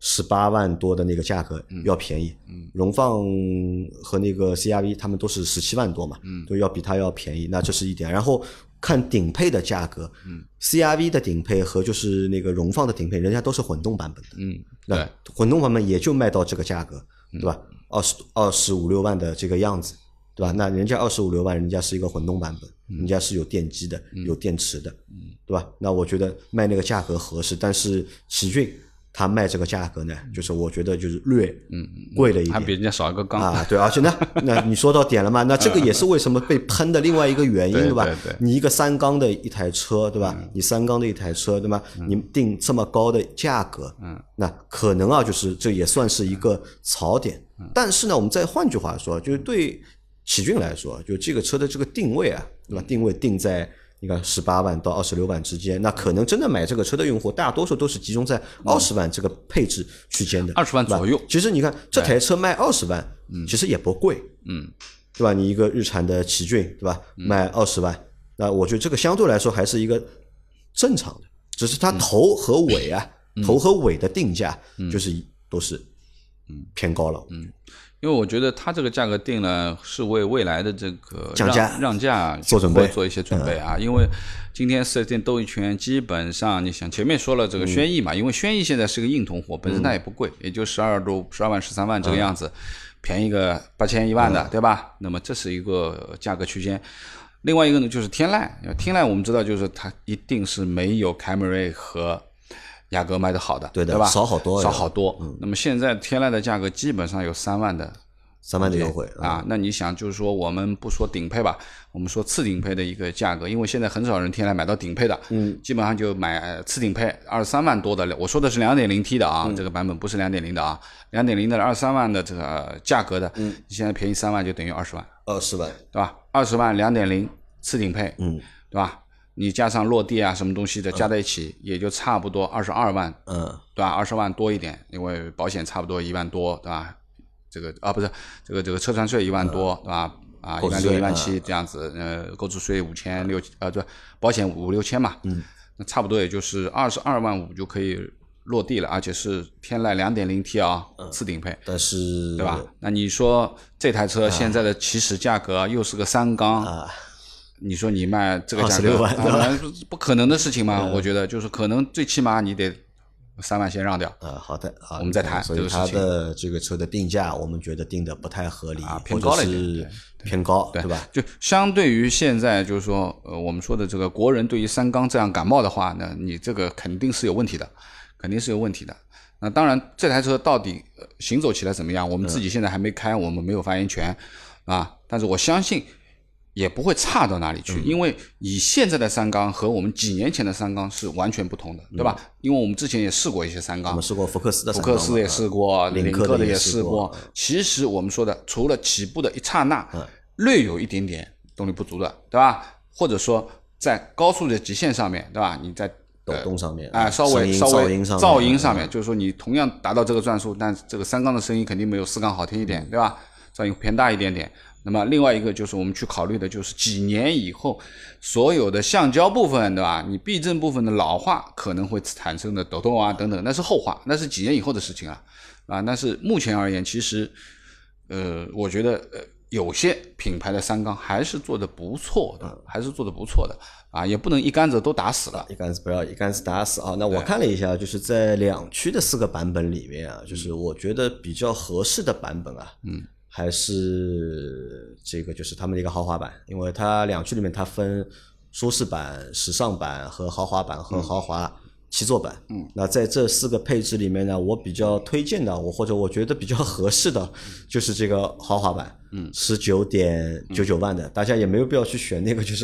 18万多的那个价格要便宜。荣放和那个 CR-V 他们都是17万多嘛，都要比它要便宜，那这是一点。然后看顶配的价格，CR-V 的顶配和就是那个荣放的顶配，人家都是混动版本的，那混动版本也就卖到这个价格，对吧？25-26万的这个样子，对吧？那人家25-26万，人家是一个混动版本，人家是有电机的，有电池的，对吧？那我觉得卖那个价格合适，但是奇骏它卖这个价格呢，就是我觉得就是略贵了一点， 还比人家少一个缸啊。对，而且呢，那你说到点了嘛，那这个也是为什么被喷的另外一个原因，对吧？你一个3缸的一台车，对吧？你3缸的一台车，对吧？你定这么高的价格，那可能啊，就是这也算是一个槽点。但是呢，我们再换句话说，就是对奇骏来说，就这个车的这个定位啊，对吧？定位定在你看18万到26万之间，那可能真的买这个车的用户大多数都是集中在20万这个配置区间的 ，20万左右。 其实你看这台车卖20万，其实也不贵，对吧？你一个日产的奇骏，对吧？卖20万，那我觉得这个相对来说还是一个正常的，只是它头和尾啊，头和尾的定价就是都是偏高了。 因为我觉得它这个价格定了是为未来的这个让价做准备， 做一些准备啊。因为今天4S店兜一圈，基本上你想前面说了这个轩逸嘛，因为轩逸现在是个硬通货，本身它也不贵，也就12万13万这个样子，便宜个8000、1万的，对吧？那么这是一个价格区间。另外一个呢就是天籁我们知道就是它一定是没有凯美瑞和雅阁卖的好的， 对吧？ 少好多。 那么现在天籁的价格基本上有3万的 3万的优惠啊。那你想就是说我们不说顶配吧，我们说次顶配的一个价格，因为现在很少人天来买到顶配的，基本上就买次顶配23万多的，我说的是 2.0T 的啊，这个版本不是 2.0 的啊，2.0 的23万的这个价格的，你现在便宜3万就等于20万 ，20万， 对吧？20万 2.0 次顶配，对吧？你加上落地啊什么东西的加在一起，也就差不多22万，对吧？20万多一点，因为保险差不多1万多，对吧？这个不是这个车船税1万多，对吧？1万6、1万7这样子，购置税5600，对，保险5、6千嘛，那差不多也就是22万5就可以落地了，而且是天籁 2.0T 啊，次顶配， 但是对吧？那你说这台车现在的起始价格又是个3缸，你说你卖这个价格 26万， 不可能的事情嘛？我觉得就是可能最起码你得3万先让掉。 好的， 我们再谈所以它的这个车的定价，我们觉得定的不太合理， 偏高了一点， 偏高，对吧？ 就相对于现在就是说，我们说的这个国人对于3缸这样感冒的话呢，你这个肯定是有问题的，肯定是有问题的。那当然，这台车到底行走起来怎么样，我们自己现在还没开，我们没有发言权啊。但是我相信也不会差到哪里去，因为以现在的3缸和我们几年前的3缸是完全不同的，对吧？因为我们之前也试过一些3缸， 我们试过福克斯的3缸， 福克斯也试过，领克的也试过。 其实我们说的，除了起步的一刹那，略有一点点动力不足的，对吧？或者说在高速的极限上面，对吧？你在抖动上面， 稍微噪音上面，就是说你同样达到这个转速，但这个3缸的声音肯定没有4缸好听一点，对吧？噪音偏大一点点。那么另外一个就是我们去考虑的就是几年以后所有的橡胶部分，对吧？你避震部分的老化可能会产生的抖动啊等等，那是后话，那是几年以后的事情了啊。但是目前而言，其实我觉得有些品牌的3缸还是做的不错的，啊，也不能一竿子都打死了， 不要一竿子打死啊。那我看了一下，就是在两驱的4个版本里面啊，就是我觉得比较合适的版本啊，还是这个就是他们的一个豪华版，因为它两驱里面它分舒适版、时尚版和豪华版和豪华7座版。那在这4个配置里面呢，我比较推荐的，或者我觉得比较合适的，就是这个豪华版，19.99万的，大家也没有必要去选那个就是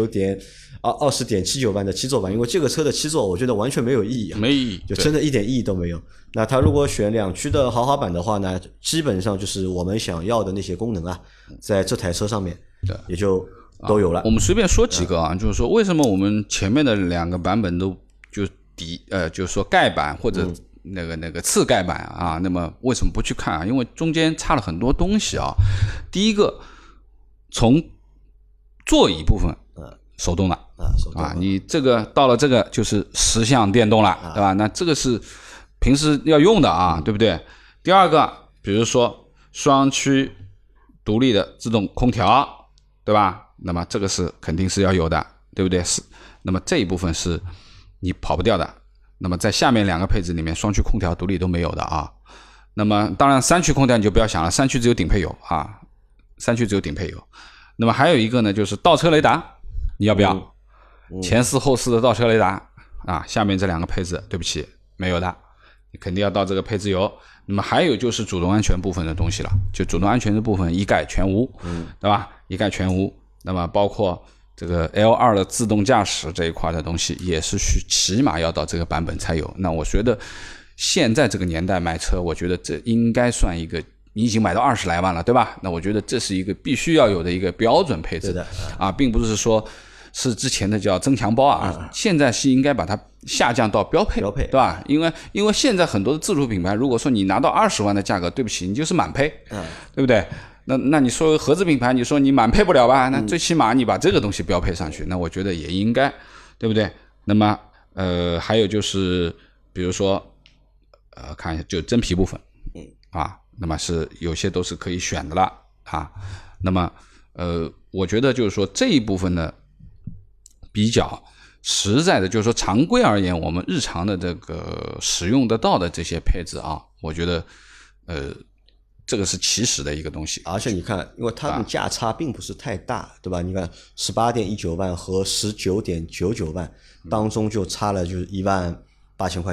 20.79万的7座版，因为这个车的7座我觉得完全没有意义， 没意义， 就真的一点意义都没有。那他如果选两驱的豪华版的话呢，基本上就是我们想要的那些功能啊，在这台车上面也就都有了。 我们随便说几个啊，就是说为什么我们前面的2个版本都就是说盖版或者那个次盖版啊，那么为什么不去看啊？因为中间差了很多东西啊。第一个，从座椅部分手动了你这个到了这个就是10项电动了，对吧？那这个是平时要用的啊，对不对？第二个，比如说双区独立的自动空调，对吧？那么这个是肯定是要有的，对不对？是，那么这一部分是你跑不掉的。那么在下面2个配置里面，双区空调独立都没有的啊。那么当然3区空调你就不要想了，3区只有顶配有啊，3区只有顶配有。那么还有一个呢，就是倒车雷达，你要不要？前4后4的倒车雷达啊，下面这2个配置对不起没有的，你肯定要到这个配置有。那么还有就是主动安全部分的东西了，就主动安全的部分一概全无，对吧？一概全无。那么包括这个 L2 的自动驾驶这一块的东西，也是起码要到这个版本才有。那我觉得现在这个年代买车，我觉得这应该算一个，你已经买到20来万了，对吧？那我觉得这是一个必须要有的一个标准配置的啊，并不是说是之前的叫增强包啊，现在是应该把它下降到标配，对吧？因为现在很多的自主品牌，如果说你拿到20万的价格，对不起，你就是满配，对不对？那你说合资品牌，你说你满配不了吧？那最起码你把这个东西标配上去，那我觉得也应该，对不对？那么还有就是比如说看一下就真皮部分，那么是有些都是可以选的了啊。那么我觉得就是说这一部分呢比较实在的，就是说常规而言，我们日常的这个使用得到的这些配置啊，我觉得这个是起始的一个东西。 而且你看，因为它的价差并不是太大，对吧？你看18.19万和19.99万当中就差了就是18000块钱，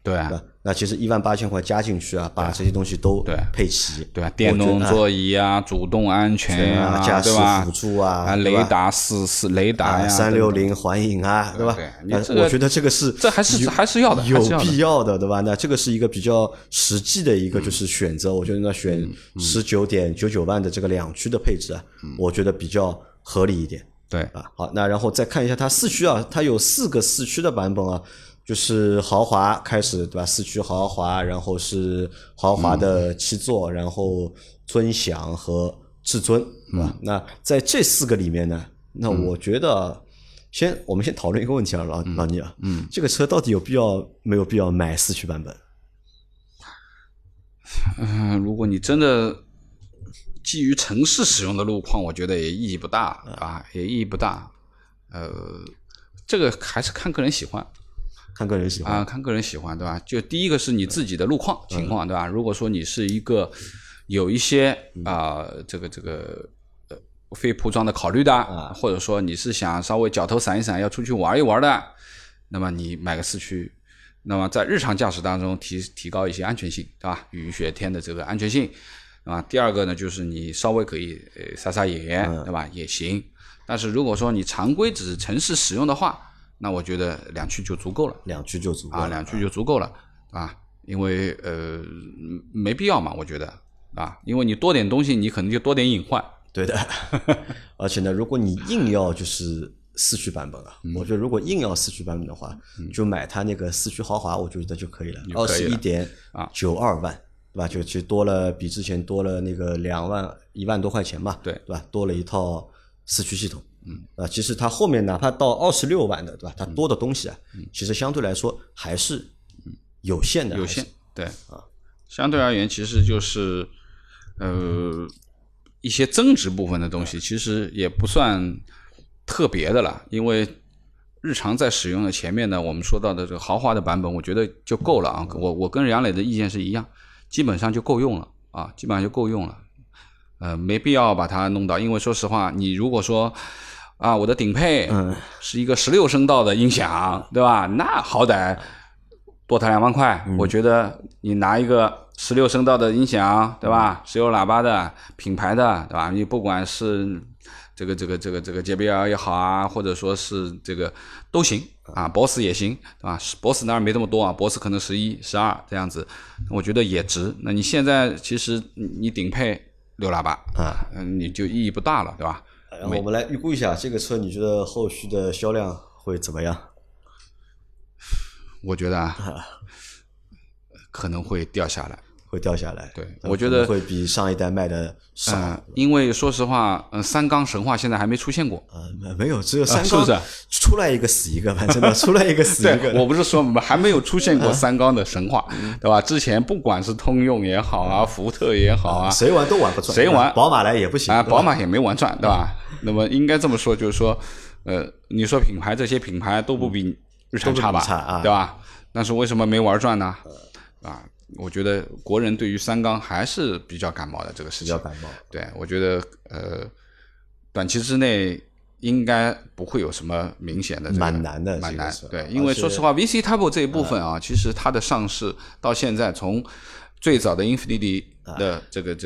对吧？那其实18000块加进去啊，把这些东西都配齐， 对啊，电动座椅啊，主动安全啊， 驾驶对吧？ 辅助啊， 雷达雷达呀 ，360环影啊，对吧？我觉得这个是还是要的， 有必要的，对吧？那这个是一个比较实际的一个就是选择，我觉得呢选19.99万的这个2驱的配置啊，我觉得比较合理一点。 对啊，好，那然后再看一下它4驱啊，它有4个4驱的版本啊。就是豪华开始，对吧？4驱豪华，然后是豪华的7座，然后尊享和至尊，对吧？那在这4个里面呢，那我觉得我们先讨论一个问题啊，老倪啊，这个车到底没有必要买4驱版本？ 如果你真的基于城市使用的路况，我觉得也意义不大啊，也意义不大。这个还是看个人喜欢。 看个人喜欢啊，看个人喜欢，对吧？就第一个是你自己的路况情况，对吧？如果说你是一个有一些这个非铺装的考虑的，或者说你是想稍微脚头闪一闪，要出去玩一玩的，那么你买个4驱，那么在日常驾驶当中提高一些安全性，对吧？雨雪天的这个安全性，啊，第二个呢就是你稍微可以撒野，对吧？也行。但是如果说你常规只是城市使用的话，那我觉得2驱就足够了 ，2驱就足够了啊，2驱就足够了啊，因为没必要嘛，我觉得啊，因为你多点东西，你可能就多点隐患。 对的，而且呢，如果你硬要就是4驱版本啊，我觉得如果硬要4驱版本的话，就买它那个4驱豪华，我觉得就可以了，21.92万，对吧？就其实多了，比之前多了那个1万多块钱嘛， 对吧？多了一套4驱系统。其实它后面哪怕到26万的，对吧？它多的东西啊，其实相对来说还是有限的， 对啊，相对而言，其实就是一些增值部分的东西，其实也不算特别的了，因为日常在使用的前面呢，我们说到的这个豪华的版本，我觉得就够了啊。我跟杨磊的意见是一样，基本上就够用了啊，基本上就够用了，没必要把它弄到，因为说实话，你如果说啊，我的顶配是一个16声道的音响，对吧？那好歹多它2万块，我觉得你拿一个16声道的音响，对吧？16喇叭的品牌的，对吧？你不管是这个 JBL 也好啊，或者说是这个都行啊 ，BOSS 也行，对吧？BOSS 当然没这么多啊 ，BOSS 可能11、12这样子，我觉得也值。那你现在其实你顶配6喇叭你就意义不大了，对吧？ 然后我们来预估一下这个车，你觉得后续的销量会怎么样？ 我觉得可能会掉下来。 对， 我觉得会比上一代卖的少。 因为说实话，3缸神话现在还没出现过。 没有，只有3缸，是不是？出来一个死一个，反正的，出来一个死一个。 对，我不是说还没有出现过3缸的神话，对吧？之前不管是通用也好啊，福特也好啊， 谁玩都玩不转， 谁玩宝马来也不行啊，宝马也没玩转，对吧？那么应该这么说，就是说，你说品牌这些品牌都不比日产差吧，对吧？但是为什么没玩转呢？啊？我觉得国人对于3缸还是比较感冒的这个事情， 比较感冒。 对，我觉得短期之内应该不会有什么明显的蛮难的， 蛮难。对，因为说实话 ，VC Turbo 这一部分啊，其实它的上市到现在，从最早的 Infiniti 的这个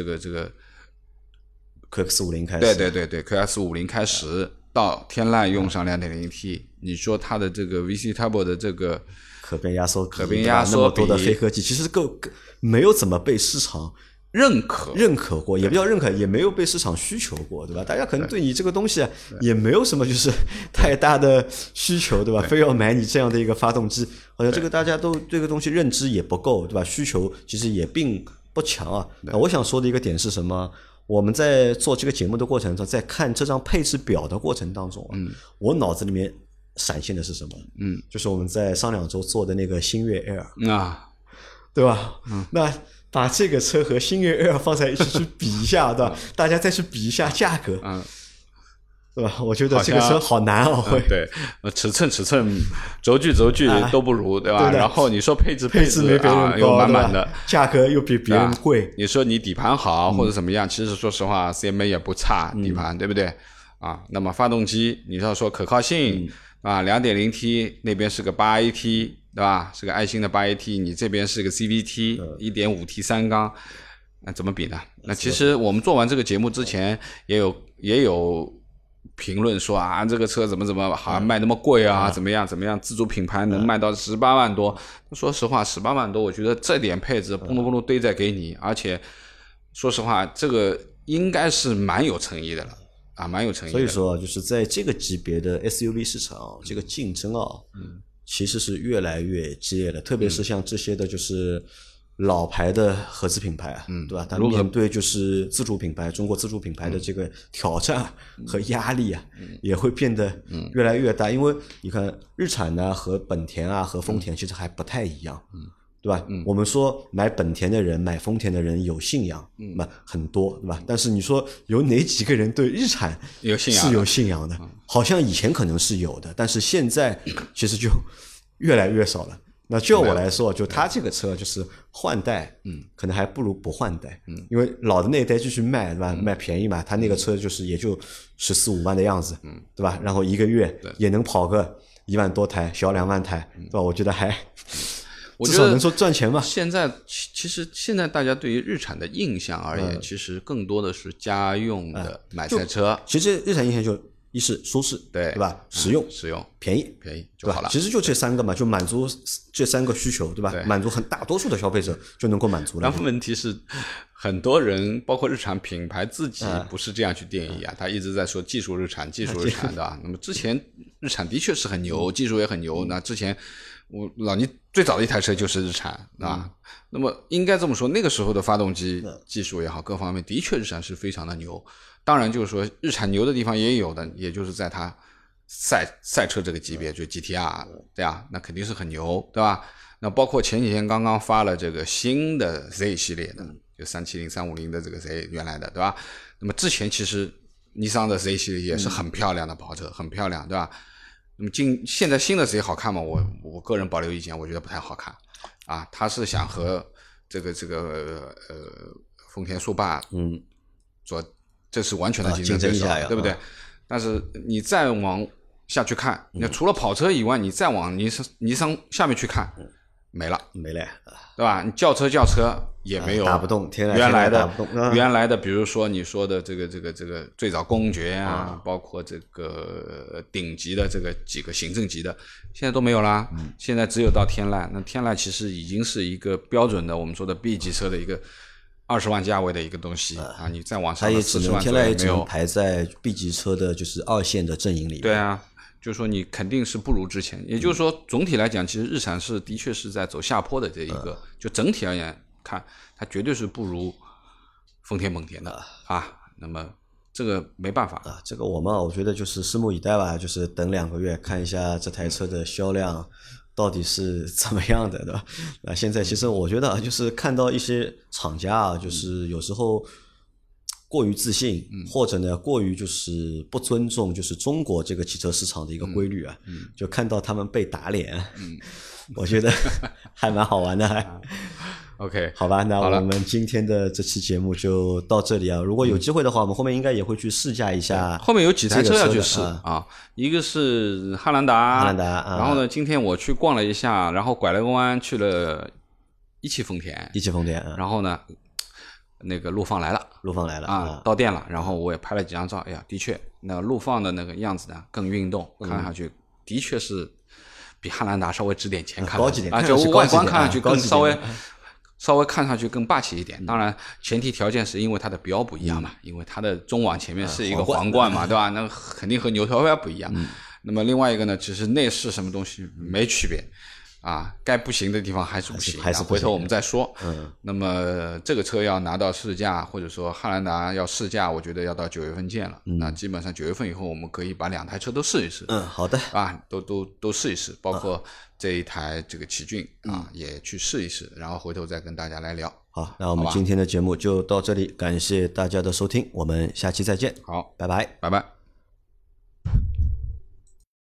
QX50 开始， 对 QX50 开始到天籁用上 2.0T， 你说它的这个 VC Turbo 的这个可变压缩比那么多的黑科技，其实没有怎么被市场认可过，也不叫认可，也没有被市场需求过，对吧？大家可能对你这个东西也没有什么就是太大的需求，对吧？非要买你这样的一个发动机，好像这个大家都对这个东西认知也不够，对吧？需求其实也并不强啊。那我想说的一个点是什么？我们在做这个节目的过程中，在看这张配置表的过程当中我脑子里面闪现的是什么？就是我们在上2周做的那个星越 Air 啊， 对吧？那把这个车和星越 Air 放在一起去比一下，对吧？大家再去比一下价格，对吧？我觉得这个车好难哦，会对，尺寸、轴距都不如，对吧？然后你说配置没别人高， 又满满的， 价格又比别人贵。 你说你底盘好或者怎么样，其实说实话 ，CMA 也不差底盘，对不对？啊，那么发动机，你要说可靠性2.0T 那边是个8AT， 对吧？是个爱信的 8AT， 你这边是个 CVT 1.5T 三缸，那怎么比呢？那其实我们做完这个节目之前，也有评论说啊，这个车怎么好像卖那么贵啊，怎么样，自主品牌能卖到18万多。说实话，18万多，我觉得这点配置砰噜堆在给你，而且说实话，这个应该是蛮有诚意的了啊，蛮有诚意的。 所以说，就是在这个级别的 SUV 市场，这个竞争其实是越来越激烈的，特别是像这些的，就是老牌的合资品牌，对吧？它面对就是自主品牌、中国自主品牌的这个挑战和压力也会变得越来越大。因为你看，日产呢和本田和丰田其实还不太一样，对吧？我们说买本田的人、买丰田的人有信仰，很多，对吧？但是你说有哪几个人对日产是有信仰的？好像以前可能是有的，但是现在其实就越来越少了。那就我来说，就它这个车就是换代，可能还不如不换代，因为老的那一代继续卖，对吧？卖便宜嘛，它那个车就是也就14-15万的样子，对吧？然后一个月也能跑个1万多台，小2万台，对吧？我觉得还至少能说赚钱嘛。 现在大家对于日产的印象而言，其实更多的是家用的买菜车。 其实日产印象就一是舒适，对吧？实用、便宜就好了。 其实就这3个嘛，就满足这3个需求，对吧？满足很大多数的消费者就能够满足了。 然后问题是，很多人包括日产品牌自己不是这样去定义他一直在说技术日产，对吧？那么之前日产的确是很牛，技术也很牛。那之前老倪最早的一台车就是日产啊。那么应该这么说，那个时候的发动机技术也好，各方面的确日产是非常的牛。当然就是说日产牛的地方也有的，也就是在它赛车这个级别，就 GTR 对啊，那肯定是很牛，对吧？那包括前几天刚刚发了这个新的 Z 系列的，就370、350的这个 Z 原来的，对吧？那么之前其实尼桑的 Z 系列也是很漂亮的跑车，很漂亮，对吧？那么现在新的 Z 好看吗？我个人保留意见，我觉得不太好看啊。他是想和这个丰田速霸这是完全的竞争对手，对不对？但是你再往下去看，那除了跑车以外，你再往尼桑下面去看，没了，对吧？你轿车也没有打不动， 原来的，比如说你说的这个最早公爵包括这个顶级的这个几个行政级的，现在都没有啦。现在只有到天籁，那天籁其实已经是一个标准的我们说的 B 级车的一个20万价位的一个东西你再往上的40万左右天籁也只能排在 B 级车的就是2线的阵营里面。 对啊，就是说你肯定是不如之前。也就是说总体来讲，其实日产是的确是在走下坡的这一个，就整体而言看，它绝对是不如丰田本田的那么这个没办法这个我觉得就是拭目以待吧，就是等2个月看一下这台车的销量到底是怎么样的，对吧？那现在其实我觉得就是看到一些厂家就是有时候过于自信，或者呢过于就是不尊重就是中国这个汽车市场的一个规律就看到他们被打脸，我觉得还蛮好玩的 OK， 好吧，那我们今天的这期节目就到这里如果有机会的话，我们后面应该也会去试驾一下。 后面有几台车要去试一个是汉兰达，然后呢，今天我去逛了一下，然后拐了个弯去了一汽丰田，然后呢，那个陆放来了到店了，然后我也拍了几张照。哎呀，的确，那陆放的那个样子呢更运动，看上去的确是比汉兰达稍微值点钱， 高级点就外观看上去更稍微看上去更霸气一点。当然前提条件是因为它的标不一样嘛，因为它的中网前面是一个皇冠嘛，对吧？那肯定和牛头标不一样。那么另外一个呢，其实内饰什么东西没区别该不行的地方还是不行，回头我们再说。那么这个车要拿到试驾，或者说汉兰达要试驾，我觉得要到9月份见了。那基本上9月份以后，我们可以把2台车都试一试。 好的都试一试，包括这一台这个奇骏也去试一试，然后回头再跟大家来聊。 好，那我们今天的节目就到这里，感谢大家的收听，我们下期再见。 好， 拜拜。